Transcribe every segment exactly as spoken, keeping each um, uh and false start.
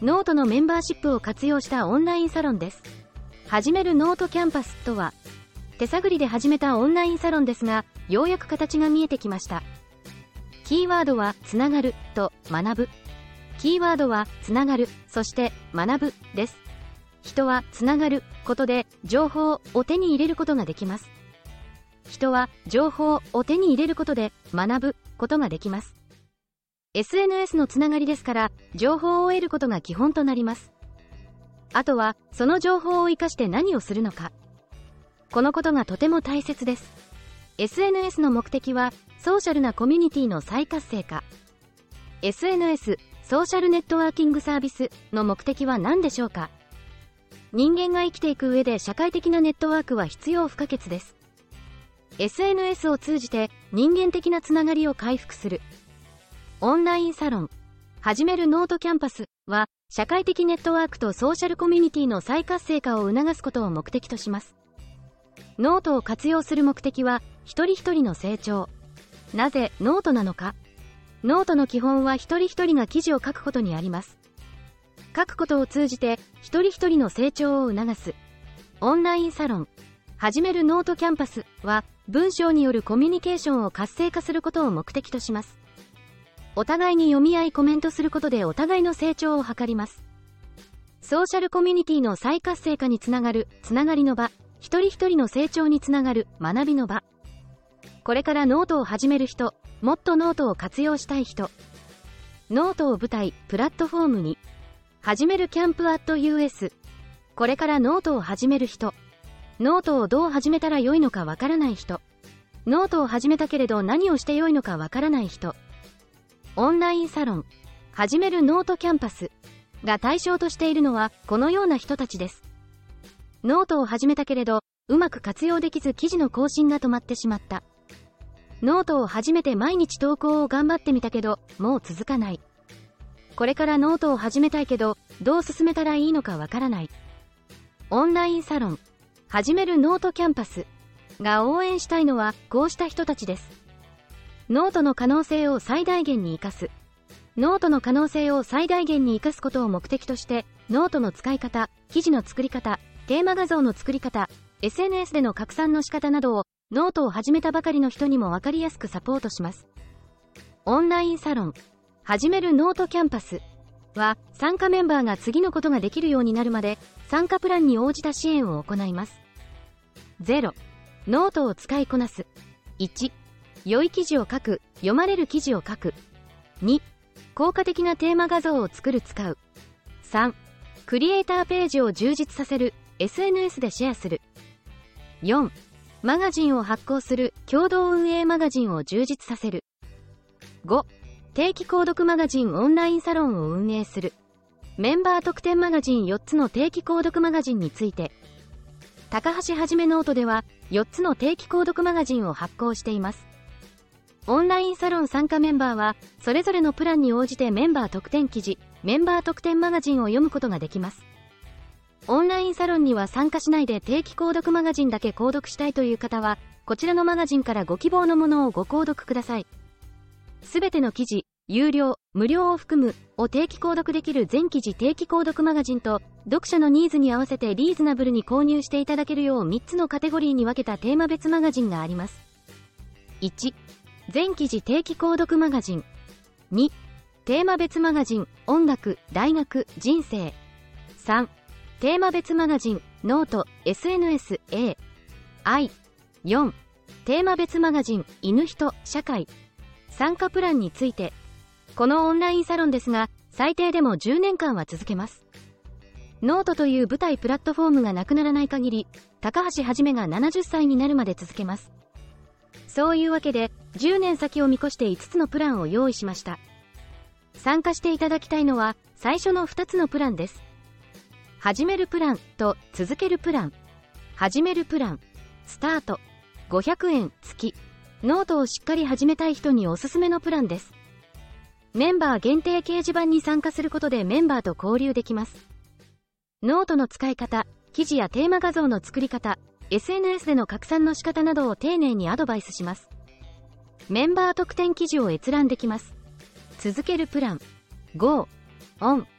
ノートのメンバーシップを活用したオンラインサロンです。始めるノートキャンパスとは、手探りで始めたオンラインサロンですが、ようやく形が見えてきました。キーワードはつながると学ぶ。キーワードはつながる、そして学ぶです。人はつながることで情報を手に入れることができます。人は情報を手に入れることで学ぶことができます。エスエヌエス のつながりですから、情報を得ることが基本となります。あとは、その情報を生かして何をするのか。このことがとても大切です。エスエヌエス の目的は、ソーシャルなコミュニティの再活性化。エスエヌエス、ソーシャルネットワーキングサービスの目的は何でしょうか。人間が生きていく上で社会的なネットワークは必要不可欠です。エスエヌエス を通じて人間的なつながりを回復する。オンラインサロン、始めるノートキャンパスは、社会的ネットワークとソーシャルコミュニティの再活性化を促すことを目的とします。ノートを活用する目的は、一人一人の成長。なぜノートなのか。ノートの基本は一人一人が記事を書くことにあります。書くことを通じて、一人一人の成長を促す。オンラインサロン、始めるノートキャンパスは、文章によるコミュニケーションを活性化することを目的とします。お互いに読み合いコメントすることでお互いの成長を図ります。ソーシャルコミュニティの再活性化につながる、つながりの場、一人一人の成長につながる、学びの場。これからノートを始める人、もっとノートを活用したい人。ノートを舞台、プラットフォームに。始めるキャンプアット ユーエス。これからノートを始める人。ノートをどう始めたら良いのかわからない人。ノートを始めたけれど何をして良いのかわからない人。オンラインサロン、始めるノートキャンパスが対象としているのはこのような人たちです。ノートを始めたけれど、うまく活用できず記事の更新が止まってしまった。ノートを始めて毎日投稿を頑張ってみたけど、もう続かない。これからノートを始めたいけど、どう進めたらいいのかわからない。オンラインサロン、始めるノートキャンパスが応援したいのはこうした人たちです。ノートの可能性を最大限に生かす。ノートの可能性を最大限に生かすことを目的として、ノートの使い方、記事の作り方、テーマ画像の作り方、エスエヌエス での拡散の仕方などを、ノートを始めたばかりの人にもわかりやすくサポートします。オンラインサロン、始めるノートキャンパスは、参加メンバーが次のことができるようになるまで、参加プランに応じた支援を行います。ゼロ、ノートを使いこなす。いち、良い記事を書く、読まれる記事を書く。に、効果的なテーマ画像を作る使う。さん、クリエイターページを充実させる、エスエヌエス でシェアする。よん、マガジンを発行する、共同運営マガジンを充実させる。ご、定期購読マガジンオンラインサロンを運営する。メンバー特典マガジンよっつの定期購読マガジンについて。高橋はじめノートでは、よっつの定期購読マガジンを発行しています。オンラインサロン参加メンバーは、それぞれのプランに応じてメンバー特典記事、メンバー特典マガジンを読むことができます。オンラインサロンには参加しないで定期購読マガジンだけ購読したいという方は、こちらのマガジンからご希望のものをご購読ください。すべての記事、有料、無料を含む、を定期購読できる全記事定期購読マガジンと、読者のニーズに合わせてリーズナブルに購入していただけるようみっつのカテゴリーに分けたテーマ別マガジンがあります。いち、全記事定期購読マガジン。に、テーマ別マガジン、音楽、大学、人生。さん、テーマ別マガジン、ノート、エスエヌエス、A、I。よん、テーマ別マガジン、犬人、社会。参加プランについて。このオンラインサロンですが、最低でもじゅうねんかんは続けます。ノートという舞台プラットフォームがなくならない限り、高橋はじめがななじゅっさいになるまで続けます。そういうわけで、じゅうねん先を見越していつつのプランを用意しました。参加していただきたいのは、最初のふたつのプランです。始めるプランと続けるプラン。始めるプラン、スタート、ごひゃくえん月。ノートをしっかり始めたい人におすすめのプランです。メンバー限定掲示板に参加することでメンバーと交流できます。ノートの使い方、記事やテーマ画像の作り方、エスエヌエス での拡散の仕方などを丁寧にアドバイスします。メンバー特典記事を閲覧できます。続けるプラン、Go、On、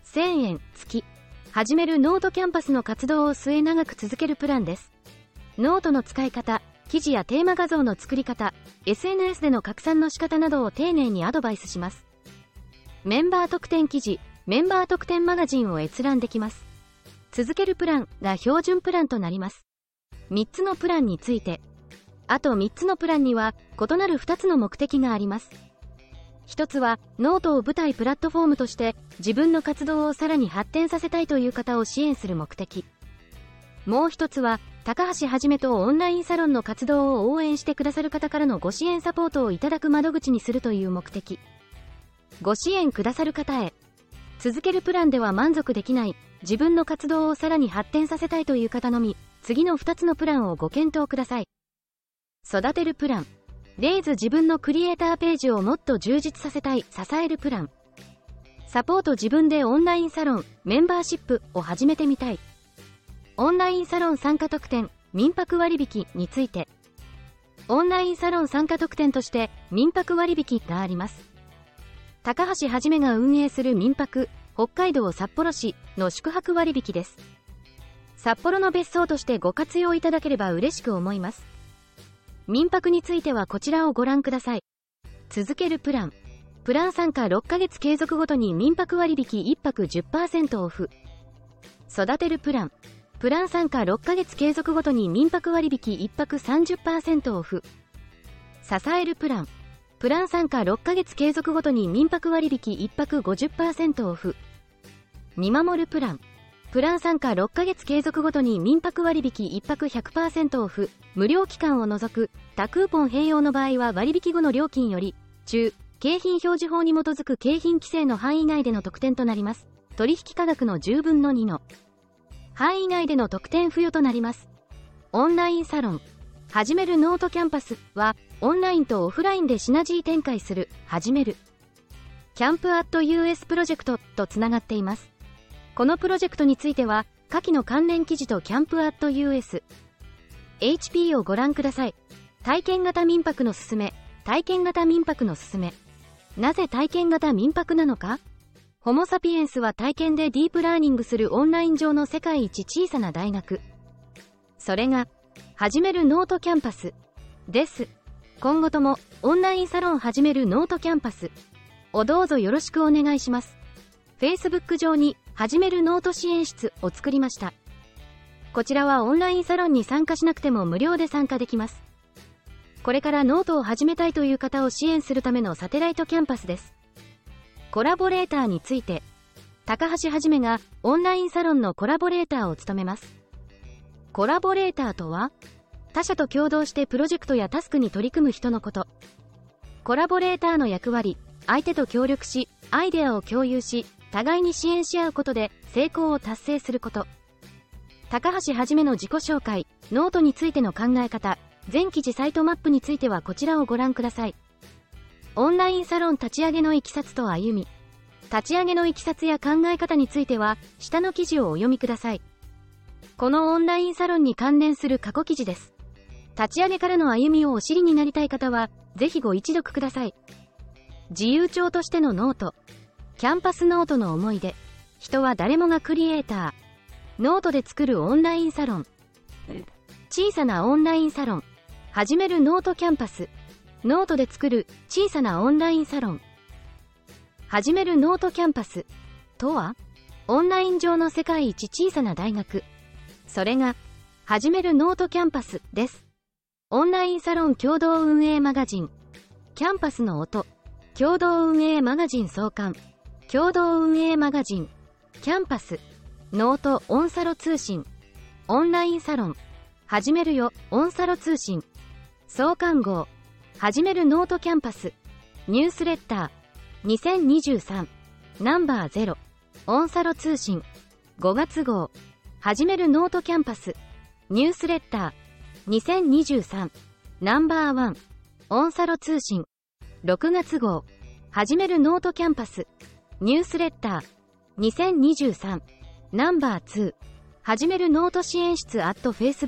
せんえん月。始めるノートキャンパスの活動を末永く続けるプランです。ノートの使い方、記事やテーマ画像の作り方、エスエヌエス での拡散の仕方などを丁寧にアドバイスします。メンバー特典記事、メンバー特典マガジンを閲覧できます。続けるプランが標準プランとなります。みっつのプランについて。あとみっつのプランには異なるふたつの目的があります。ひとつは、ノートを舞台プラットフォームとして自分の活動をさらに発展させたいという方を支援する目的。もうひとつは、高橋はじめとオンラインサロンの活動を応援してくださる方からのご支援サポートをいただく窓口にするという目的。ご支援くださる方へ。続けるプランでは満足できない、自分の活動をさらに発展させたいという方のみ、次のふたつのプランをご検討ください。育てるプラン。レイズ自分のクリエイターページをもっと充実させたい、支えるプラン。サポート自分でオンラインサロン、メンバーシップを始めてみたい。オンラインサロン参加特典、民泊割引について。オンラインサロン参加特典として民泊割引があります。高橋はじめが運営する民泊、北海道札幌市の宿泊割引です。札幌の別荘としてご活用いただければ嬉しく思います。民泊についてはこちらをご覧ください。続けるプラン。プラン参加ろっかげつ継続ごとに民泊割引いっぱく じゅっパーセント オフ。育てるプラン。プラン参加ろっかげつ継続ごとに民泊割引いっぱく さんじゅっパーセント オフ。支えるプラン。プラン参加ろっかげつ継続ごとに民泊割引いっぱく ごじゅっパーセント オフ。見守るプラン。プラン参加ろっかげつ継続ごとに民泊割引いっぱく ひゃくパーセント オフ。無料期間を除く、他クーポン併用の場合は割引後の料金より、中、景品表示法に基づく景品規制の範囲内での特典となります。取引価格のじゅうぶんのにの範囲内での特典付与となります。オンラインサロン。始めるノートキャンパスは、オンラインとオフラインでシナジー展開する、始める。キャンプアット ユーエス プロジェクトとつながっています。このプロジェクトについては、下記の関連記事とキャンプアット ユーエス、エイチピー をご覧ください。体験型民泊のすすめ、体験型民泊のすすめ。なぜ体験型民泊なのか？ホモサピエンスは体験でディープラーニングするオンライン上の世界一小さな大学。それが、始めるノートキャンパスです。今後ともオンラインサロン始めるノートキャンパスをどうぞよろしくお願いします。Facebook 上に始めるノート支援室を作りました。こちらはオンラインサロンに参加しなくても無料で参加できます。これからノートを始めたいという方を支援するためのサテライトキャンパスです。コラボレーターについて、高橋はじめがオンラインサロンのコラボレーターを務めます。コラボレーターとは、他社と共同してプロジェクトやタスクに取り組む人のこと。コラボレーターの役割、相手と協力し、アイデアを共有し、互いに支援し合うことで成功を達成すること。高橋はじめの自己紹介、ノートについての考え方、全記事サイトマップについてはこちらをご覧ください。オンラインサロン立ち上げのいきさつと歩み。立ち上げのいきさつや考え方については、下の記事をお読みください。このオンラインサロンに関連する過去記事です。立ち上げからの歩みをお知りになりたい方は、ぜひご一読ください。自由帳としてのノート。キャンパスノートの思い出。人は誰もがクリエイター。ノートで作るオンラインサロン。小さなオンラインサロン。始めるノートキャンパス。ノートで作る小さなオンラインサロン。始めるノートキャンパスとは、オンライン上の世界一小さな大学。それが、始めるノートキャンパスです。オンラインサロン共同運営マガジン。キャンパスの音。共同運営マガジン創刊。共同運営マガジン。キャンパス。ノートオンサロ通信。オンラインサロン。始めるよ、オンサロ通信。創刊号。始めるノートキャンパス。ニュースレッター。にせんにじゅうさん。ナンバーゼロ。オンサロ通信。ごがつ号。始めるノートキャンパス。ニュースレッター。にせんにじゅうさん。ナンバーワン。オンサロ通信。ろくがつ号。始めるノートキャンパス。ニュースレッター。にせんにじゅうさん。ナンバーツー。始めるノート支援室 at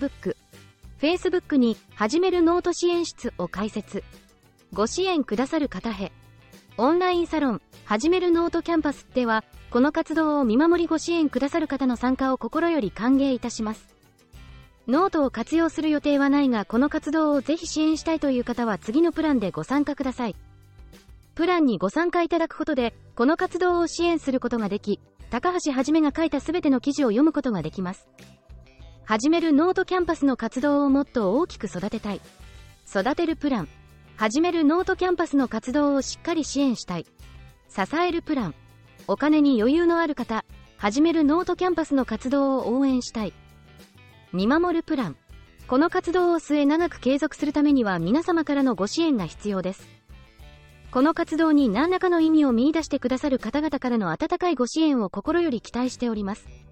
Facebook。Facebook に始めるノート支援室を開設。ご支援くださる方へ。オンラインサロン、始めるノートキャンパスでは、 この活動を見守りご支援くださる方の参加を心より歓迎いたします。ノートを活用する予定はないが、この活動をぜひ支援したいという方は次のプランでご参加ください。プランにご参加いただくことで、この活動を支援することができ、高橋はじめが書いたすべての記事を読むことができます。始めるノートキャンパスの活動をもっと大きく育てたい。育てるプラン。始めるノートキャンパスの活動をしっかり支援したい。支えるプラン。お金に余裕のある方、始めるノートキャンパスの活動を応援したい。見守るプラン。この活動を末永く継続するためには皆様からのご支援が必要です。この活動に何らかの意味を見出してくださる方々からの温かいご支援を心より期待しております。